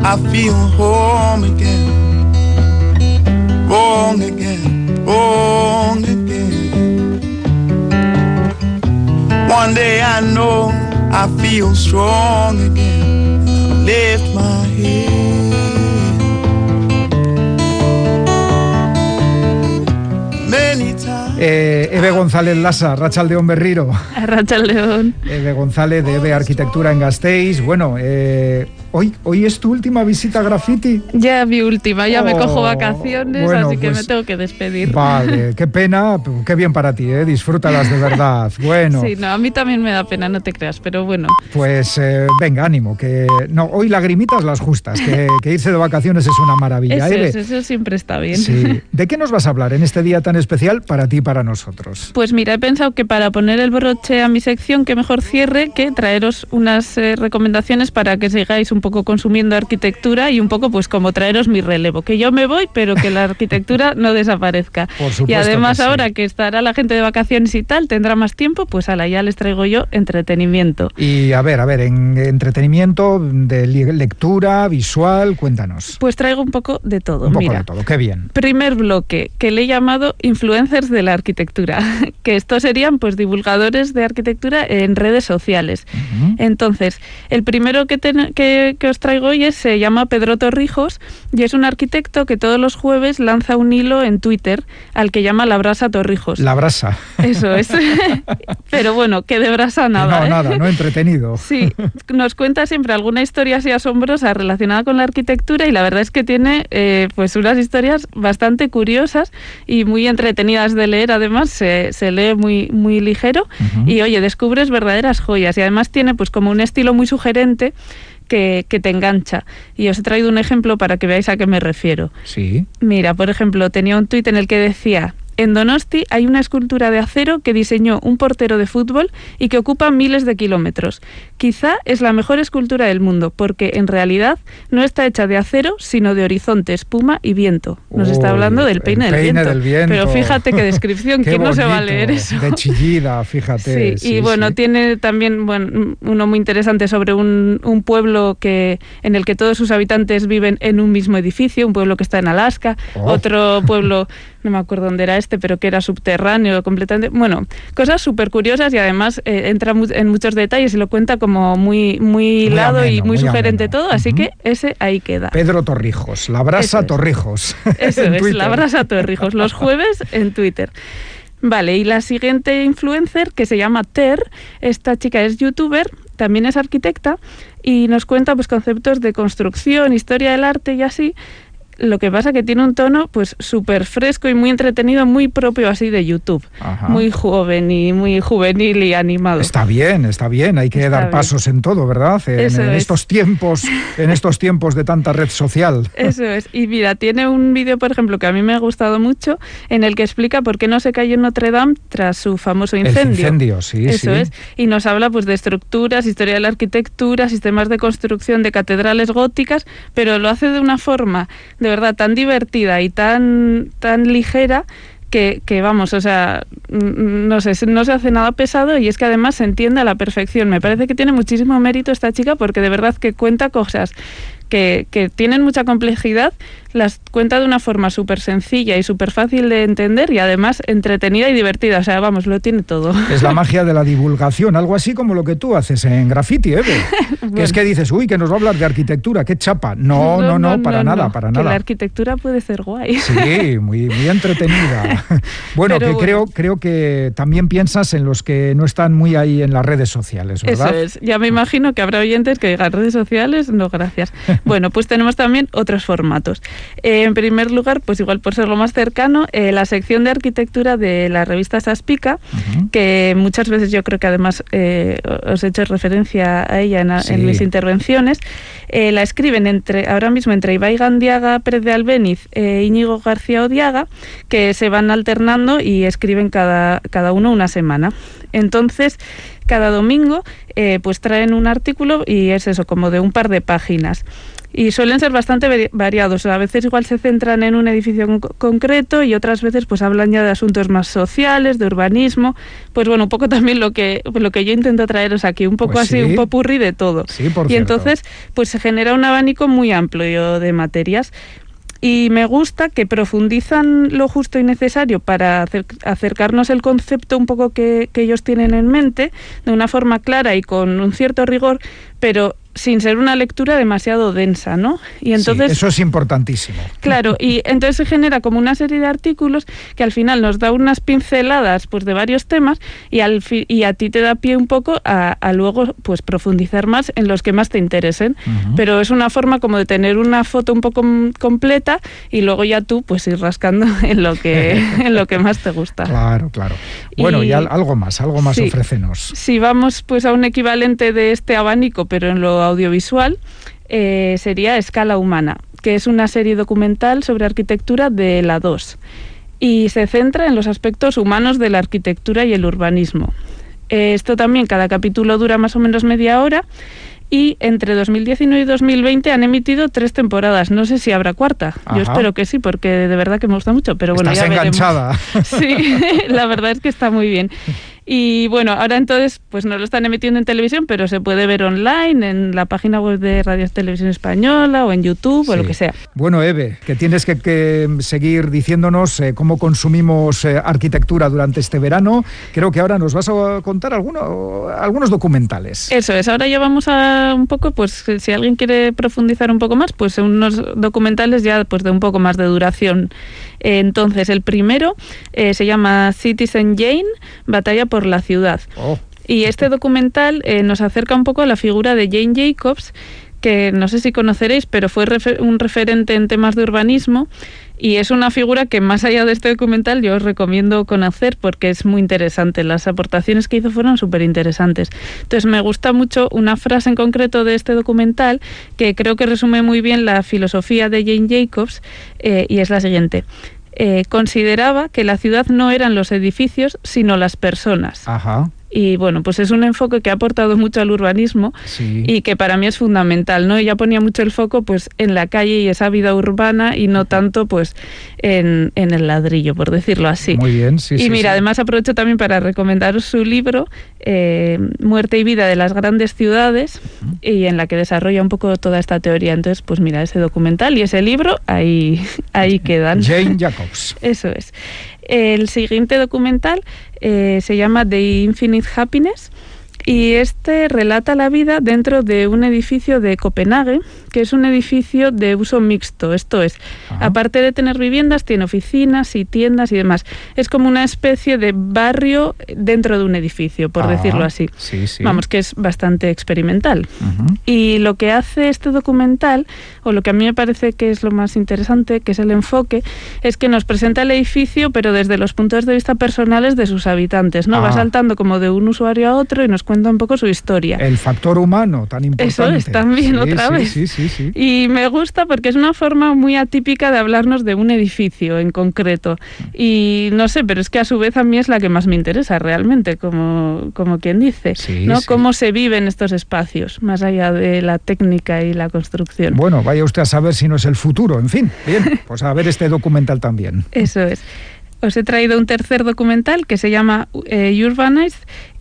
I feel home again. Wrong again, wrong again. One day I know I feel strong again. Lift my head. Many times. Ebe González Lasa, Arratsaldeon berriro. Arratsaldeon. Ebe González de Ebe Arquitectura en Gasteiz. Bueno, ¿hoy es tu última visita a Graffiti? Ya mi última, ya me cojo vacaciones, bueno, así que pues, me tengo que despedir. Vale, qué pena, qué bien para ti, disfrútalas de verdad. Bueno. Sí, no, a mí también me da pena, no te creas, pero bueno. Pues venga, ánimo, que no, hoy lagrimitas las justas, que irse de vacaciones es una maravilla. Eso siempre está bien. Sí. ¿De qué nos vas a hablar en este día tan especial para ti y para nosotros? Pues mira, he pensado que para poner el broche a mi sección, que mejor cierre que traeros unas recomendaciones para que sigáis un poco consumiendo arquitectura y un poco pues como traeros mi relevo, que yo me voy pero que la arquitectura no desaparezca. Por supuesto. Y además que sí. Ahora que estará la gente de vacaciones y tal, tendrá más tiempo, pues ya les traigo yo entretenimiento. Y a ver, en entretenimiento, de lectura, visual, cuéntanos. Pues traigo un poco de todo. Un poco Mira, de todo, qué bien. Primer bloque, que le he llamado influencers de la arquitectura, que estos serían pues divulgadores de arquitectura en redes sociales. Uh-huh. Entonces, el primero que os traigo hoy se llama Pedro Torrijos y es un arquitecto que todos los jueves lanza un hilo en Twitter al que llama La Brasa Torrijos. La brasa. Eso es. Pero bueno, que de brasa nada. No, nada, no entretenido. Sí, nos cuenta siempre alguna historia así asombrosa relacionada con la arquitectura y la verdad es que tiene pues unas historias bastante curiosas y muy entretenidas de leer. Además, se lee muy, muy ligero. Uh-huh. Y oye, descubres verdaderas joyas y además tiene pues como un estilo muy sugerente que te engancha. Y os he traído un ejemplo para que veáis a qué me refiero. Sí. Mira, por ejemplo, tenía un tuit en el que decía: en Donosti hay una escultura de acero que diseñó un portero de fútbol y que ocupa miles de kilómetros. Quizá es la mejor escultura del mundo, porque en realidad no está hecha de acero, sino de horizonte, espuma y viento. Nos está hablando del peine del viento. Pero fíjate qué descripción, ¿quién no se va a leer eso? De Chillida, fíjate. Sí, y bueno, tiene también uno muy interesante sobre un pueblo en el que todos sus habitantes viven en un mismo edificio, un pueblo que está en Alaska, otro pueblo, no me acuerdo dónde era pero que era subterráneo completamente. Bueno, cosas súper curiosas y además entra en muchos detalles y lo cuenta como muy hilado y muy sugerente ameno. Todo, así que ese ahí queda. Pedro Torrijos, La Brasa Torrijos. Eso es, Twitter. La Brasa Torrijos, los jueves en Twitter. Vale, y la siguiente influencer, que se llama Ter, esta chica es youtuber, también es arquitecta y nos cuenta pues conceptos de construcción, historia del arte y así. Lo que pasa que tiene un tono pues súper fresco y muy entretenido, muy propio así de YouTube. Ajá. Muy joven y muy juvenil y animado. Está bien, hay que dar pasos en todo, ¿verdad? En estos tiempos de tanta red social. Eso es. Y mira, tiene un vídeo, por ejemplo, que a mí me ha gustado mucho, en el que explica por qué no se cayó en Notre Dame tras su famoso incendio. El incendio, sí. Eso es. Y nos habla pues de estructuras, historia de la arquitectura, sistemas de construcción de catedrales góticas, pero lo hace de una forma de verdad tan divertida y tan ligera que vamos, o sea, no se hace nada pesado y es que además se entiende a la perfección. Me parece que tiene muchísimo mérito esta chica porque de verdad que cuenta cosas que tienen mucha complejidad, las cuenta de una forma súper sencilla y súper fácil de entender y además entretenida y divertida. O sea, vamos, lo tiene todo. Es la magia de la divulgación, algo así como lo que tú haces en Graffiti, Eve. Bueno. Que es que dices, uy, que nos va a hablar de arquitectura, qué chapa. No, para nada. Que la arquitectura puede ser guay. Sí, muy entretenida. Bueno, creo que también piensas en los que no están muy ahí en las redes sociales, ¿verdad? Eso es. Ya me imagino que habrá oyentes que digan redes sociales, no, gracias. Bueno, pues tenemos también otros formatos. En primer lugar, pues igual por ser lo más cercano, la sección de arquitectura de la revista Saspica, uh-huh. que muchas veces yo creo que además os he hecho referencia a ella en mis intervenciones, la escriben ahora mismo entre Ibai Gandiaga Pérez de Albéniz e Íñigo García Odiaga, que se van alternando y escriben cada uno una semana. Entonces, cada domingo pues traen un artículo y es eso, como de un par de páginas. Y suelen ser bastante variados. A veces igual se centran en un edificio concreto y otras veces pues hablan ya de asuntos más sociales, de urbanismo. Pues bueno, un poco también lo que yo intento traeros aquí, un poco Pues así, sí. un popurrí de todo. Sí, por y cierto. entonces pues se genera un abanico muy amplio de materias. Y me gusta que profundizan lo justo y necesario para acercarnos el concepto un poco que ellos tienen en mente, de una forma clara y con un cierto rigor, pero sin ser una lectura demasiado densa, ¿no? Y entonces, sí, eso es importantísimo. claro, y entonces se genera como una serie de artículos que al final nos da unas pinceladas pues de varios temas y a ti te da pie un poco a luego pues profundizar más en los que más te interesen. Pero es una forma como de tener una foto un poco completa y luego ya tú pues ir rascando en lo que más te gusta. Claro, claro. Bueno, y algo más sí, ofrécenos. Si vamos pues a un equivalente de este abanico, pero en lo audiovisual, sería Escala Humana, que es una serie documental sobre arquitectura de la 2 y se centra en los aspectos humanos de la arquitectura y el urbanismo. Esto también, cada capítulo dura más o menos media hora y entre 2019 y 2020 han emitido 3 temporadas. No sé si habrá cuarta. Ajá. Yo espero que sí, porque de verdad que me gusta mucho, pero bueno, Estás ya enganchada. veremos. Sí, la verdad es que está muy bien. Y bueno, ahora entonces pues no lo están emitiendo en televisión, pero se puede ver online en la página web de Radio Televisión Española o en YouTube o lo que sea. Bueno, Eve, que tienes que seguir diciéndonos cómo consumimos arquitectura durante este verano. Creo que ahora nos vas a contar algunos documentales. Eso es, ahora ya vamos a un poco, pues si alguien quiere profundizar un poco más, pues unos documentales ya pues de un poco más de duración. Entonces, el primero se llama Citizen Jane, Batalla por la ciudad. Oh. Y este documental nos acerca un poco a la figura de Jane Jacobs, que no sé si conoceréis, pero fue un referente en temas de urbanismo y es una figura que más allá de este documental yo os recomiendo conocer porque es muy interesante. Las aportaciones que hizo fueron súper interesantes. Entonces me gusta mucho una frase en concreto de este documental que creo que resume muy bien la filosofía de Jane Jacobs y es la siguiente. Consideraba que la ciudad no eran los edificios, sino las personas. Ajá. Y bueno, pues es un enfoque que ha aportado mucho al urbanismo Sí. y que para mí es fundamental, ¿no? Ella ponía mucho el foco pues en la calle y esa vida urbana y no tanto pues en el ladrillo, por decirlo así. Muy bien, sí. Y mira, sí. además aprovecho también para recomendaros su libro, Muerte y vida de las grandes ciudades, y en la que desarrolla un poco toda esta teoría. Entonces, pues mira, ese documental y ese libro ahí quedan. Jane Jacobs. Eso es. El siguiente documental se llama The Infinite Happiness y este relata la vida dentro de un edificio de Copenhague, que es un edificio de uso mixto. Esto es, aparte de tener viviendas, tiene oficinas y tiendas y demás. Es como una especie de barrio dentro de un edificio, por decirlo así. Sí, sí. Vamos, que es bastante experimental. Uh-huh. Y lo que hace este documental, o lo que a mí me parece que es lo más interesante, que es el enfoque, es que nos presenta el edificio, pero desde los puntos de vista personales de sus habitantes, ¿no? Va saltando como de un usuario a otro y nos cuenta un poco su historia. El factor humano, tan importante. Eso es, también, otra vez. Sí. Y me gusta porque es una forma muy atípica de hablarnos de un edificio en concreto. Y no sé, pero es que a su vez a mí es la que más me interesa realmente, como quien dice, ¿no? Sí. Cómo se vive en estos espacios, más allá de la técnica y la construcción. Bueno, vaya usted a saber si no es el futuro. En fin, bien, pues a ver este documental también. Eso es. Os he traído un tercer documental que se llama Urbanized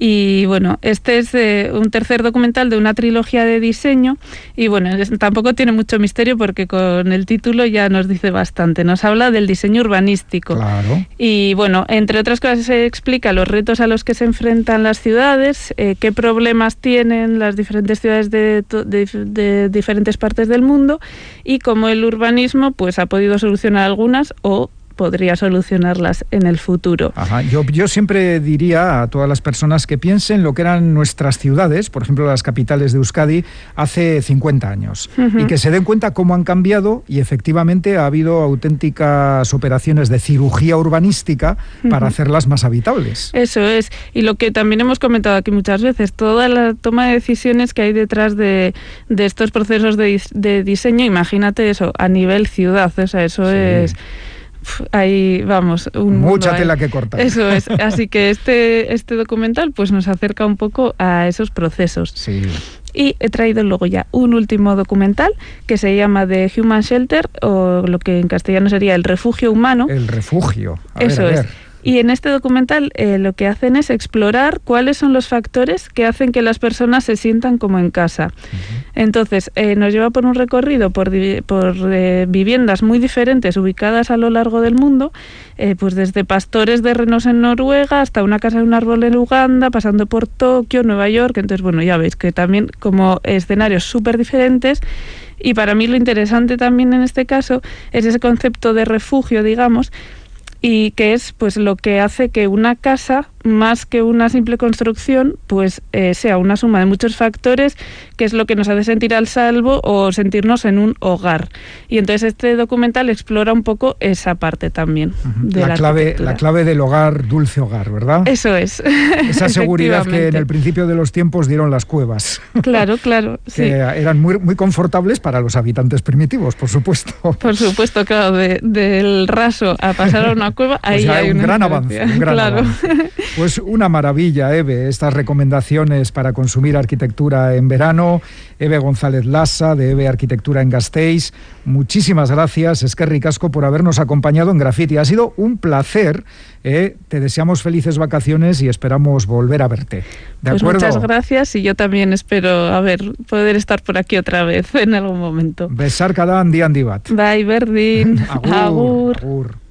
y bueno, este es un tercer documental de una trilogía de diseño y bueno, tampoco tiene mucho misterio porque con el título ya nos dice bastante. Nos habla del diseño urbanístico. Claro. Y bueno, entre otras cosas se explica los retos a los que se enfrentan las ciudades, qué problemas tienen las diferentes ciudades de diferentes partes del mundo y cómo el urbanismo pues ha podido solucionar algunas o podría solucionarlas en el futuro. Ajá. Yo siempre diría a todas las personas que piensen lo que eran nuestras ciudades, por ejemplo las capitales de Euskadi, hace 50 años, y que se den cuenta cómo han cambiado y efectivamente ha habido auténticas operaciones de cirugía urbanística para hacerlas más habitables. Eso es, y lo que también hemos comentado aquí muchas veces, toda la toma de decisiones que hay detrás de estos procesos de diseño, imagínate eso, a nivel ciudad, o sea, eso es... Ahí vamos, mucha tela que cortar. Eso es, así que este documental pues nos acerca un poco a esos procesos. Sí. Y he traído luego ya un último documental que se llama The Human Shelter, o lo que en castellano sería El Refugio Humano. El refugio. Eso es. Y en este documental lo que hacen es explorar cuáles son los factores que hacen que las personas se sientan como en casa. Entonces, nos lleva por un recorrido por viviendas muy diferentes ubicadas a lo largo del mundo, pues desde pastores de renos en Noruega hasta una casa de un árbol en Uganda, pasando por Tokio, Nueva York. Entonces, bueno, ya veis que también como escenarios súper diferentes. Y para mí lo interesante también en este caso es ese concepto de refugio, digamos, y que es pues lo que hace que una casa, más que una simple construcción, pues sea una suma de muchos factores, que es lo que nos hace sentir al salvo o sentirnos en un hogar. Y entonces este documental explora un poco esa parte también de la clave del hogar, dulce hogar, ¿verdad? Eso es. Esa seguridad que en el principio de los tiempos dieron las cuevas. Claro, que sí. Eran muy, muy confortables para los habitantes primitivos, por supuesto. Por supuesto, claro, del raso a pasar a una cueva, pues ahí hay un gran avance. Claro. Pues una maravilla, Eve, estas recomendaciones para consumir arquitectura en verano. Eve González Lassa, de Eve Arquitectura en Gasteiz. Muchísimas gracias, eskerrik asko, por habernos acompañado en Graffiti. Ha sido un placer. Te deseamos felices vacaciones y esperamos volver a verte. ¿De acuerdo? Muchas gracias, y yo también espero poder estar por aquí otra vez en algun momento. Besarkada handi bat. Bai, berdin. Agur. Agur. Agur.